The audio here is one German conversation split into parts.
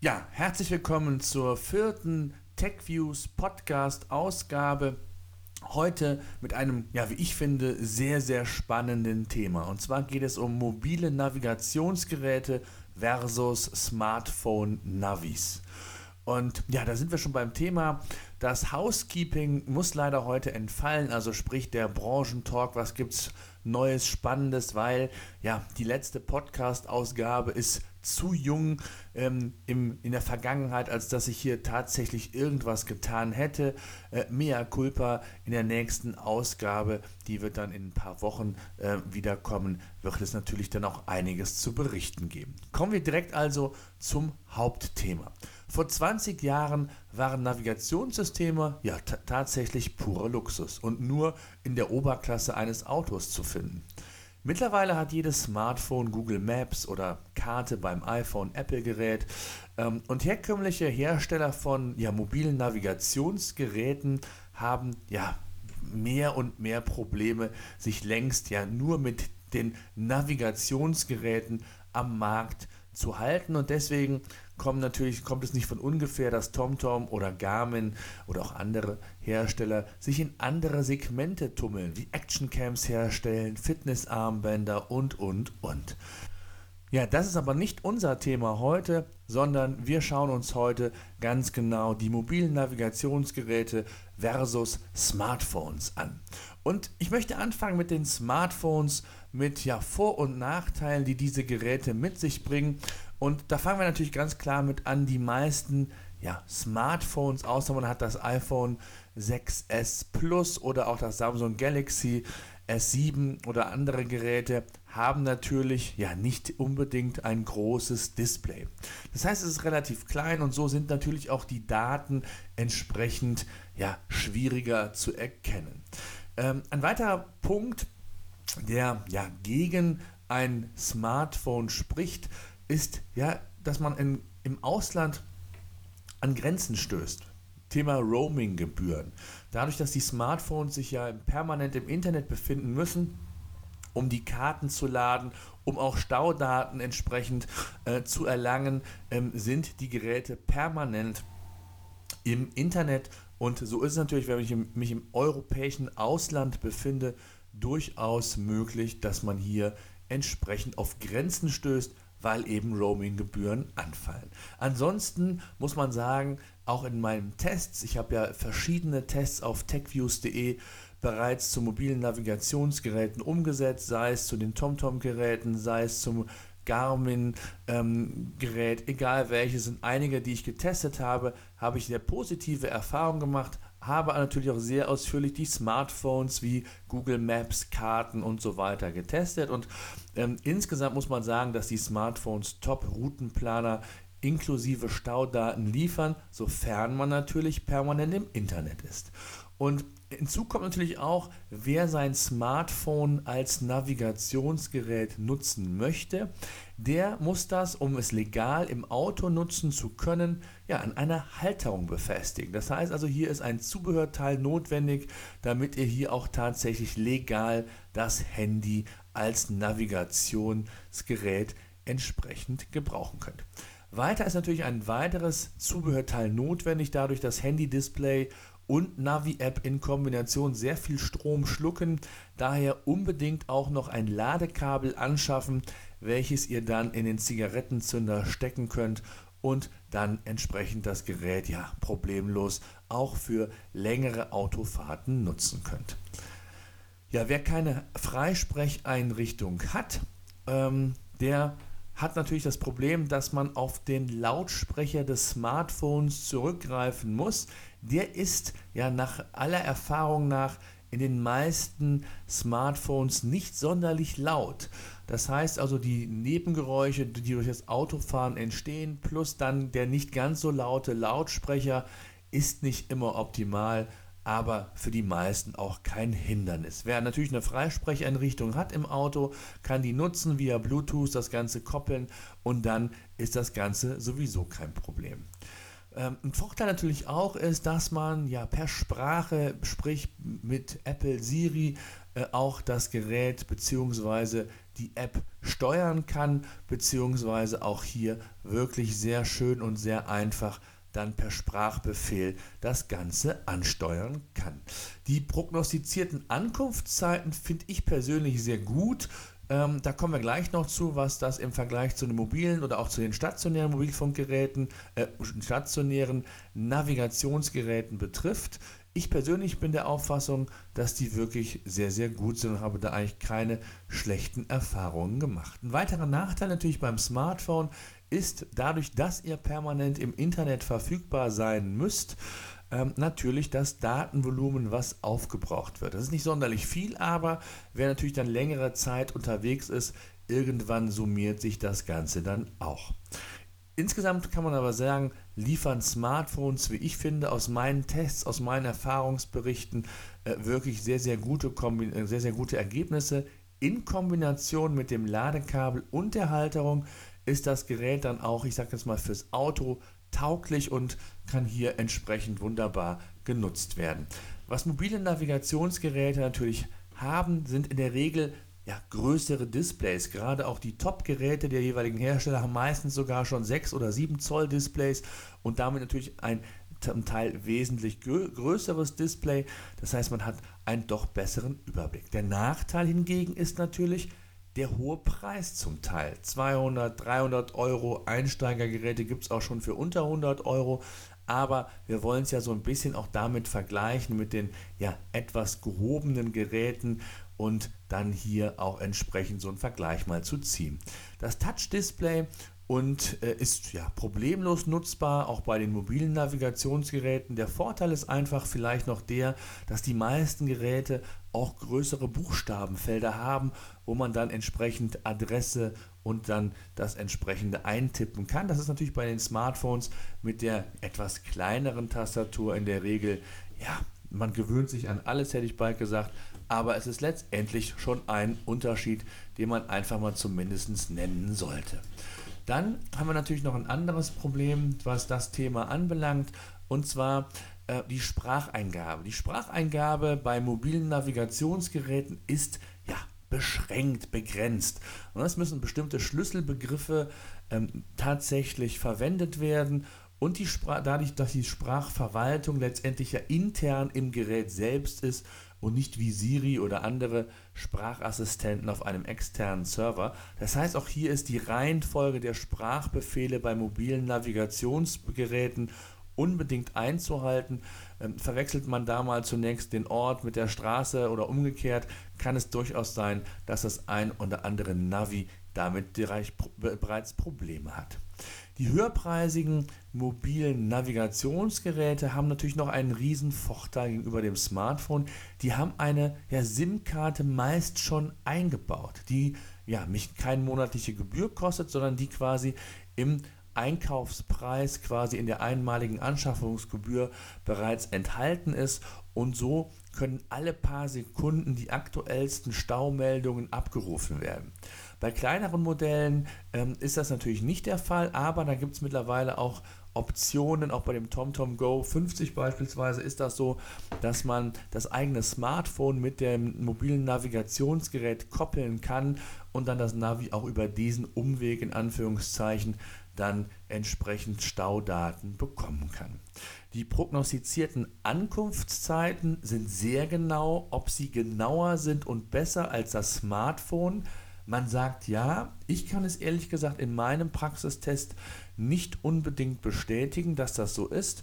Ja, herzlich willkommen zur 4. TechViews Podcast Ausgabe. Heute mit einem, ja, wie ich finde, sehr, sehr spannenden Thema. Und zwar geht es um mobile Navigationsgeräte versus Smartphone-Navis. Und ja, da sind wir schon beim Thema. Das Housekeeping muss leider heute entfallen, also sprich der Branchentalk, was gibt's Neues, Spannendes, weil ja, die letzte Podcast-Ausgabe ist zu jung in der Vergangenheit, als dass ich hier tatsächlich irgendwas getan hätte. Mea culpa, in der nächsten Ausgabe, die wird dann in ein paar Wochen wiederkommen, wird es natürlich dann auch einiges zu berichten geben. Kommen wir direkt also zum Hauptthema. Vor 20 Jahren waren Navigationssysteme ja tatsächlich purer Luxus und nur in der Oberklasse eines Autos zu finden. Mittlerweile hat jedes Smartphone Google Maps oder Karte beim iPhone, Apple-Gerät und herkömmliche Hersteller von mobilen Navigationsgeräten haben mehr und mehr Probleme, sich längst nur mit den Navigationsgeräten am Markt zu halten, und deswegen kommt es nicht von ungefähr, dass TomTom oder Garmin oder auch andere Hersteller sich in andere Segmente tummeln, wie Actioncams herstellen, Fitnessarmbänder und. Ja, das ist aber nicht unser Thema heute, sondern wir schauen uns heute ganz genau die mobilen Navigationsgeräte versus Smartphones an. Und ich möchte anfangen mit den Smartphones, mit Vor- und Nachteilen, die diese Geräte mit sich bringen. Und da fangen wir natürlich ganz klar mit an. Die meisten Smartphones, außer man hat das iPhone 6s Plus oder auch das Samsung Galaxy S7 oder andere Geräte, haben natürlich nicht unbedingt ein großes Display. Das heißt, es ist relativ klein und so sind natürlich auch die Daten entsprechend schwieriger zu erkennen. Ein weiterer Punkt, der gegen ein Smartphone spricht, ist dass man im Ausland an Grenzen stößt. Thema Roaming-Gebühren. Dadurch, dass die Smartphones sich permanent im Internet befinden müssen, um die Karten zu laden, um auch Staudaten entsprechend zu erlangen, sind die Geräte permanent im Internet. Und so ist es natürlich, wenn ich mich im europäischen Ausland befinde, durchaus möglich, dass man hier entsprechend auf Grenzen stößt, weil eben Roaming-Gebühren anfallen. Ansonsten muss man sagen, auch in meinen Tests, ich habe verschiedene Tests auf techviews.de bereits zu mobilen Navigationsgeräten umgesetzt, sei es zu den TomTom-Geräten, sei es zum Garmin-Gerät, egal welches, sind einige, die ich getestet habe, habe ich sehr positive Erfahrungen gemacht, habe natürlich auch sehr ausführlich die Smartphones wie Google Maps, Karten und so weiter getestet, und insgesamt muss man sagen, dass die Smartphones Top-Routenplaner inklusive Staudaten liefern, sofern man natürlich permanent im Internet ist. Und hinzu kommt natürlich auch, wer sein Smartphone als Navigationsgerät nutzen möchte, der muss das, um es legal im Auto nutzen zu können, an einer Halterung befestigen. Das heißt also, hier ist ein Zubehörteil notwendig, damit ihr hier auch tatsächlich legal das Handy als Navigationsgerät entsprechend gebrauchen könnt. Weiter ist natürlich ein weiteres Zubehörteil notwendig, dadurch das Handy-Display und Navi-App in Kombination sehr viel Strom schlucken. Daher unbedingt auch noch ein Ladekabel anschaffen, welches ihr dann in den Zigarettenzünder stecken könnt und dann entsprechend das Gerät problemlos auch für längere Autofahrten nutzen könnt. Wer keine Freisprecheinrichtung hat, der hat natürlich das Problem, dass man auf den Lautsprecher des Smartphones zurückgreifen muss. Der ist nach aller Erfahrung nach in den meisten Smartphones nicht sonderlich laut. Das heißt also, die Nebengeräusche, die durch das Autofahren entstehen, plus dann der nicht ganz so laute Lautsprecher, ist nicht immer optimal, aber für die meisten auch kein Hindernis. Wer natürlich eine Freisprecheinrichtung hat im Auto, kann die nutzen, via Bluetooth das Ganze koppeln, und dann ist das Ganze sowieso kein Problem. Ein Vorteil natürlich auch ist, dass man per Sprache, sprich mit Apple Siri, auch das Gerät bzw. die App steuern kann, beziehungsweise auch hier wirklich sehr schön und sehr einfach dann per Sprachbefehl das Ganze ansteuern kann. Die prognostizierten Ankunftszeiten finde ich persönlich sehr gut. Da kommen wir gleich noch zu, was das im Vergleich zu den mobilen oder auch zu den stationären Mobilfunkgeräten, stationären Navigationsgeräten betrifft. Ich persönlich bin der Auffassung, dass die wirklich sehr, sehr gut sind und habe da eigentlich keine schlechten Erfahrungen gemacht. Ein weiterer Nachteil natürlich beim Smartphone ist dadurch, dass ihr permanent im Internet verfügbar sein müsst, natürlich das Datenvolumen, was aufgebraucht wird. Das ist nicht sonderlich viel, aber wer natürlich dann längere Zeit unterwegs ist, irgendwann summiert sich das Ganze dann auch. Insgesamt kann man aber sagen, liefern Smartphones, wie ich finde, aus meinen Tests, aus meinen Erfahrungsberichten wirklich sehr, sehr gute Ergebnisse. In Kombination mit dem Ladekabel und der Halterung ist das Gerät dann auch, ich sage jetzt mal, fürs Auto tauglich und kann hier entsprechend wunderbar genutzt werden. Was mobile Navigationsgeräte natürlich haben, sind in der Regel größere Displays. Gerade auch die Top-Geräte der jeweiligen Hersteller haben meistens sogar schon 6 oder 7 Zoll Displays und damit natürlich ein zum Teil wesentlich größeres Display. Das heißt, man hat einen doch besseren Überblick. Der Nachteil hingegen ist natürlich der hohe Preis zum Teil. 200, 300 Euro, Einsteigergeräte gibt es auch schon für unter 100 Euro. Aber wir wollen es ja so ein bisschen auch damit vergleichen mit den etwas gehobenen Geräten und dann hier auch entsprechend so einen Vergleich mal zu ziehen. Das Touch-Display ist problemlos nutzbar, auch bei den mobilen Navigationsgeräten. Der Vorteil ist einfach vielleicht noch der, dass die meisten Geräte auch größere Buchstabenfelder haben, wo man dann entsprechend Adresse und dann das entsprechende eintippen kann. Das ist natürlich bei den Smartphones mit der etwas kleineren Tastatur in der Regel, man gewöhnt sich an alles, hätte ich bald gesagt, aber es ist letztendlich schon ein Unterschied, den man einfach mal zumindest nennen sollte. Dann haben wir natürlich noch ein anderes Problem, was das Thema anbelangt, und zwar die Spracheingabe. Die Spracheingabe bei mobilen Navigationsgeräten ist beschränkt, begrenzt. Und es müssen bestimmte Schlüsselbegriffe tatsächlich verwendet werden. Und dadurch, dass die Sprachverwaltung letztendlich intern im Gerät selbst ist und nicht wie Siri oder andere Sprachassistenten auf einem externen Server. Das heißt, auch hier ist die Reihenfolge der Sprachbefehle bei mobilen Navigationsgeräten unbedingt einzuhalten. Verwechselt man da mal zunächst den Ort mit der Straße oder umgekehrt, kann es durchaus sein, dass das ein oder andere Navi damit bereits Probleme hat. Die höherpreisigen mobilen Navigationsgeräte haben natürlich noch einen riesen Vorteil gegenüber dem Smartphone. Die haben eine SIM-Karte meist schon eingebaut, die nicht keine monatliche Gebühr kostet, sondern die quasi im Einkaufspreis quasi in der einmaligen Anschaffungsgebühr bereits enthalten ist, und so können alle paar Sekunden die aktuellsten Staumeldungen abgerufen werden. Bei kleineren Modellen ist das natürlich nicht der Fall, aber da gibt es mittlerweile auch Optionen, auch bei dem TomTom Go 50 beispielsweise ist das so, dass man das eigene Smartphone mit dem mobilen Navigationsgerät koppeln kann und dann das Navi auch über diesen Umweg in Anführungszeichen dann entsprechend Staudaten bekommen kann. Die prognostizierten Ankunftszeiten sind sehr genau. Ob sie genauer sind und besser als das Smartphone, man sagt ja, ich kann es ehrlich gesagt in meinem Praxistest nicht unbedingt bestätigen, dass das so ist.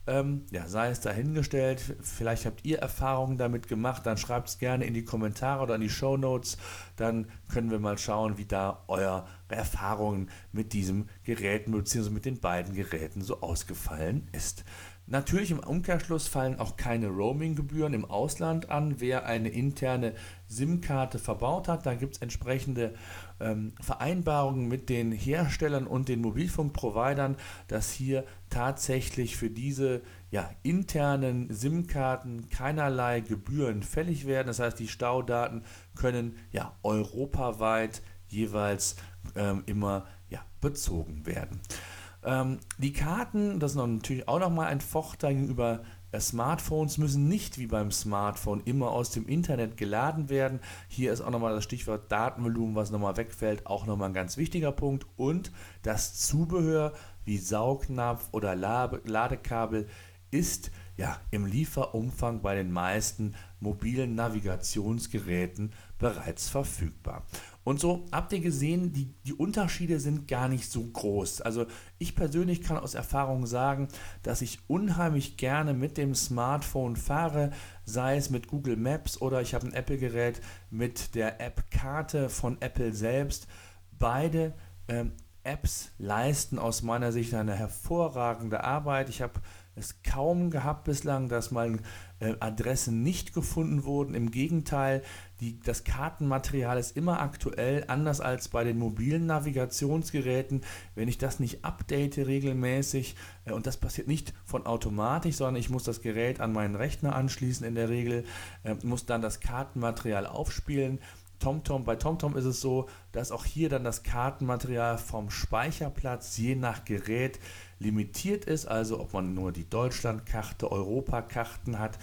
Sei es dahingestellt, vielleicht habt ihr Erfahrungen damit gemacht, dann schreibt es gerne in die Kommentare oder in die Shownotes, dann können wir mal schauen, wie da eure Erfahrungen mit diesem Gerät bzw. mit den beiden Geräten so ausgefallen ist. Natürlich im Umkehrschluss fallen auch keine Roaming-Gebühren im Ausland an. Wer eine interne SIM-Karte verbaut hat, da gibt es entsprechende Vereinbarungen mit den Herstellern und den Mobilfunkprovidern, dass hier tatsächlich für diese internen SIM-Karten keinerlei Gebühren fällig werden. Das heißt, die Staudaten können europaweit jeweils immer bezogen werden. Die Karten, das ist natürlich auch nochmal ein Vorteil gegenüber Smartphones müssen nicht wie beim Smartphone immer aus dem Internet geladen werden. Hier ist auch nochmal das Stichwort Datenvolumen, was nochmal wegfällt, auch nochmal ein ganz wichtiger Punkt. Und das Zubehör wie Saugnapf oder Ladekabel ist ja im Lieferumfang bei den meisten mobilen Navigationsgeräten bereits verfügbar. Und so habt ihr gesehen, die Unterschiede sind gar nicht so groß. Also ich persönlich kann aus Erfahrung sagen, dass ich unheimlich gerne mit dem Smartphone fahre, sei es mit Google Maps oder ich habe ein Apple-Gerät mit der App Karte von Apple selbst. Beide Apps leisten aus meiner Sicht eine hervorragende Arbeit. Ich habe es kaum gehabt bislang, dass mal Adressen nicht gefunden wurden. Im Gegenteil, das Kartenmaterial ist immer aktuell, anders als bei den mobilen Navigationsgeräten. Wenn ich das nicht update regelmäßig, und das passiert nicht von automatisch, sondern ich muss das Gerät an meinen Rechner anschließen in der Regel, muss dann das Kartenmaterial aufspielen. Bei TomTom ist es so, dass auch hier dann das Kartenmaterial vom Speicherplatz je nach Gerät limitiert ist, also ob man nur die Deutschlandkarte, Europakarten hat.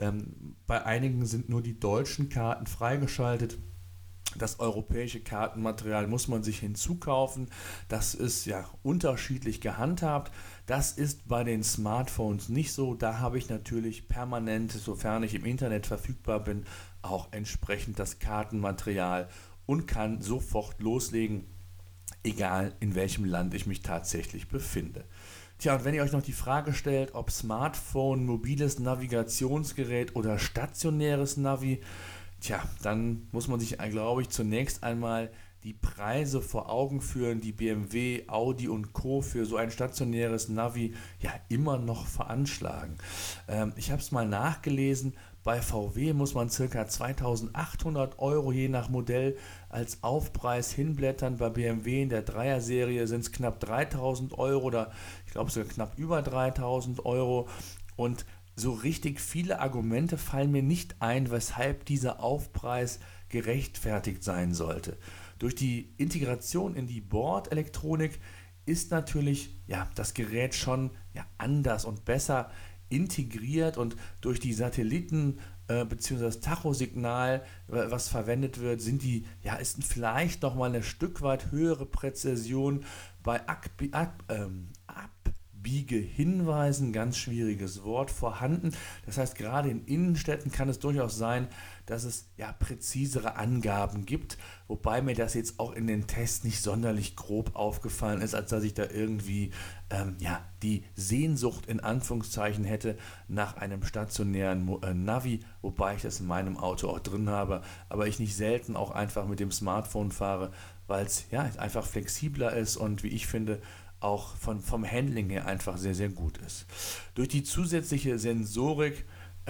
Bei einigen sind nur die deutschen Karten freigeschaltet. Das europäische Kartenmaterial muss man sich hinzukaufen. Das ist ja unterschiedlich gehandhabt. Das ist bei den Smartphones nicht so. Da habe ich natürlich permanent, sofern ich im Internet verfügbar bin, auch entsprechend das Kartenmaterial und kann sofort loslegen, egal in welchem Land ich mich tatsächlich befinde. Tja, und wenn ihr euch noch die Frage stellt, ob Smartphone, mobiles Navigationsgerät oder stationäres Navi, dann muss man sich, glaube ich, zunächst einmal die Preise vor Augen führen, die BMW, Audi und Co. für so ein stationäres Navi immer noch veranschlagen. Ich habe es mal nachgelesen, bei VW muss man ca. 2.800 € je nach Modell als Aufpreis hinblättern. Bei BMW in der Dreier-Serie sind es knapp 3.000 € oder ich glaube sogar knapp über 3.000 €. Und so richtig viele Argumente fallen mir nicht ein, weshalb dieser Aufpreis gerechtfertigt sein sollte. Durch die Integration in die Bordelektronik ist natürlich das Gerät schon anders und besser integriert, und durch die Satelliten bzw. das Tachosignal, was verwendet wird, ist vielleicht noch mal eine Stück weit höhere Präzision bei Abbiegehinweisen, ganz schwieriges Wort, vorhanden. Das heißt, gerade in Innenstädten kann es durchaus sein, dass es präzisere Angaben gibt, wobei mir das jetzt auch in den Tests nicht sonderlich grob aufgefallen ist, als dass ich da irgendwie die Sehnsucht in Anführungszeichen hätte nach einem stationären Navi, wobei ich das in meinem Auto auch drin habe, aber ich nicht selten auch einfach mit dem Smartphone fahre, weil es einfach flexibler ist und wie ich finde, auch vom Handling her einfach sehr, sehr gut ist. Durch die zusätzliche Sensorik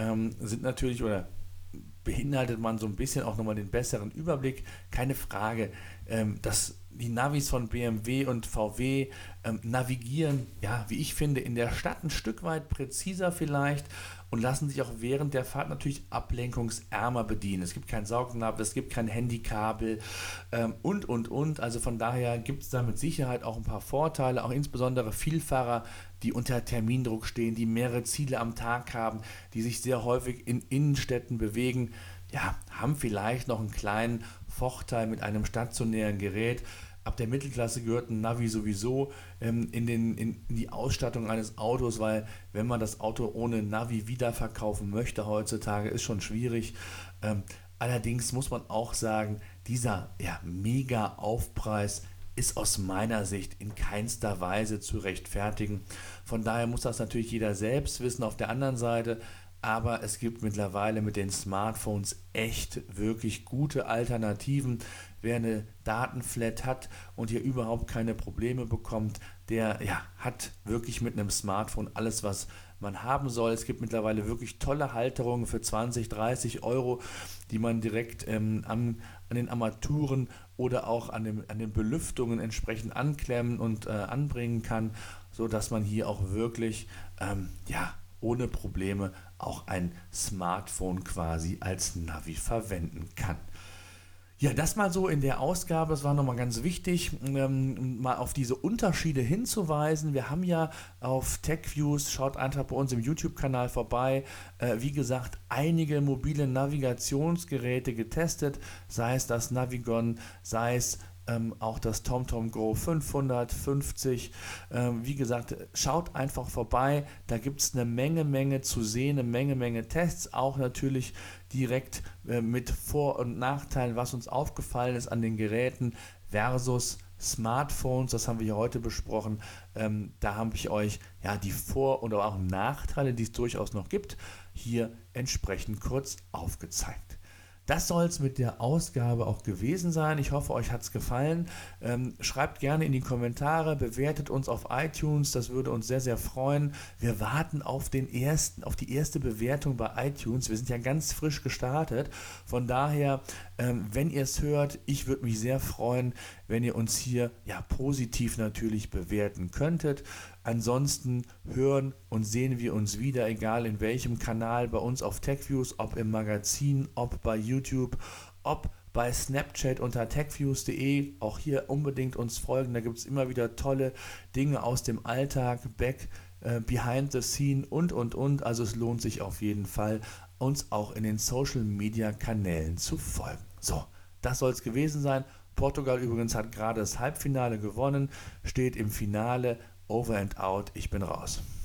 beinhaltet man so ein bisschen auch nochmal den besseren Überblick. Keine Frage, dass die Navis von BMW und VW navigieren, wie ich finde, in der Stadt ein Stück weit präziser vielleicht und lassen sich auch während der Fahrt natürlich ablenkungsärmer bedienen. Es gibt kein Saugnapf, es gibt kein Handykabel und. Also von daher gibt es da mit Sicherheit auch ein paar Vorteile, auch insbesondere Vielfahrer, die unter Termindruck stehen, die mehrere Ziele am Tag haben, die sich sehr häufig in Innenstädten bewegen, haben vielleicht noch einen kleinen Vorteil mit einem stationären Gerät. Ab der Mittelklasse gehört ein Navi sowieso in die Ausstattung eines Autos, weil wenn man das Auto ohne Navi wiederverkaufen möchte heutzutage, ist schon schwierig. Allerdings muss man auch sagen, dieser mega Aufpreis ist aus meiner Sicht in keinster Weise zu rechtfertigen. Von daher muss das natürlich jeder selbst wissen. Auf der anderen Seite, aber es gibt mittlerweile mit den Smartphones echt wirklich gute Alternativen. Wer eine Datenflat hat und hier überhaupt keine Probleme bekommt, der hat wirklich mit einem Smartphone alles, was man haben soll. Es gibt mittlerweile wirklich tolle Halterungen für 20, 30 €, die man direkt an den Armaturen oder auch an den Belüftungen entsprechend anklemmen und anbringen kann, sodass man hier auch wirklich ohne Probleme auch ein Smartphone quasi als Navi verwenden kann. Ja, das mal so in der Ausgabe, das war nochmal ganz wichtig, mal auf diese Unterschiede hinzuweisen. Wir haben ja auf TechViews, schaut einfach bei uns im YouTube-Kanal vorbei, wie gesagt, einige mobile Navigationsgeräte getestet, sei es das Navigon, sei es auch das TomTom Go 550. Wie gesagt, schaut einfach vorbei. Da gibt es eine Menge zu sehen, eine Menge Tests. Auch natürlich direkt mit Vor- und Nachteilen, was uns aufgefallen ist an den Geräten versus Smartphones. Das haben wir hier heute besprochen. Da habe ich euch ja die Vor- und auch Nachteile, die es durchaus noch gibt, hier entsprechend kurz aufgezeigt. Das soll es mit der Ausgabe auch gewesen sein. Ich hoffe, euch hat es gefallen. Schreibt gerne in die Kommentare, bewertet uns auf iTunes, das würde uns sehr freuen. Wir warten auf die erste Bewertung bei iTunes. Wir sind ja ganz frisch gestartet. Von daher, wenn ihr es hört, ich würde mich sehr freuen, wenn ihr uns hier ja positiv natürlich bewerten könntet. Ansonsten hören und sehen wir uns wieder, egal in welchem Kanal, bei uns auf TechViews, ob im Magazin, ob bei YouTube, ob bei Snapchat unter techviews.de. Auch hier unbedingt uns folgen, da gibt es immer wieder tolle Dinge aus dem Alltag, behind the scene und. Also es lohnt sich auf jeden Fall, uns auch in den Social Media Kanälen zu folgen. So, das soll es gewesen sein. Portugal übrigens hat gerade das Halbfinale gewonnen, steht im Finale. Over and out, ich bin raus.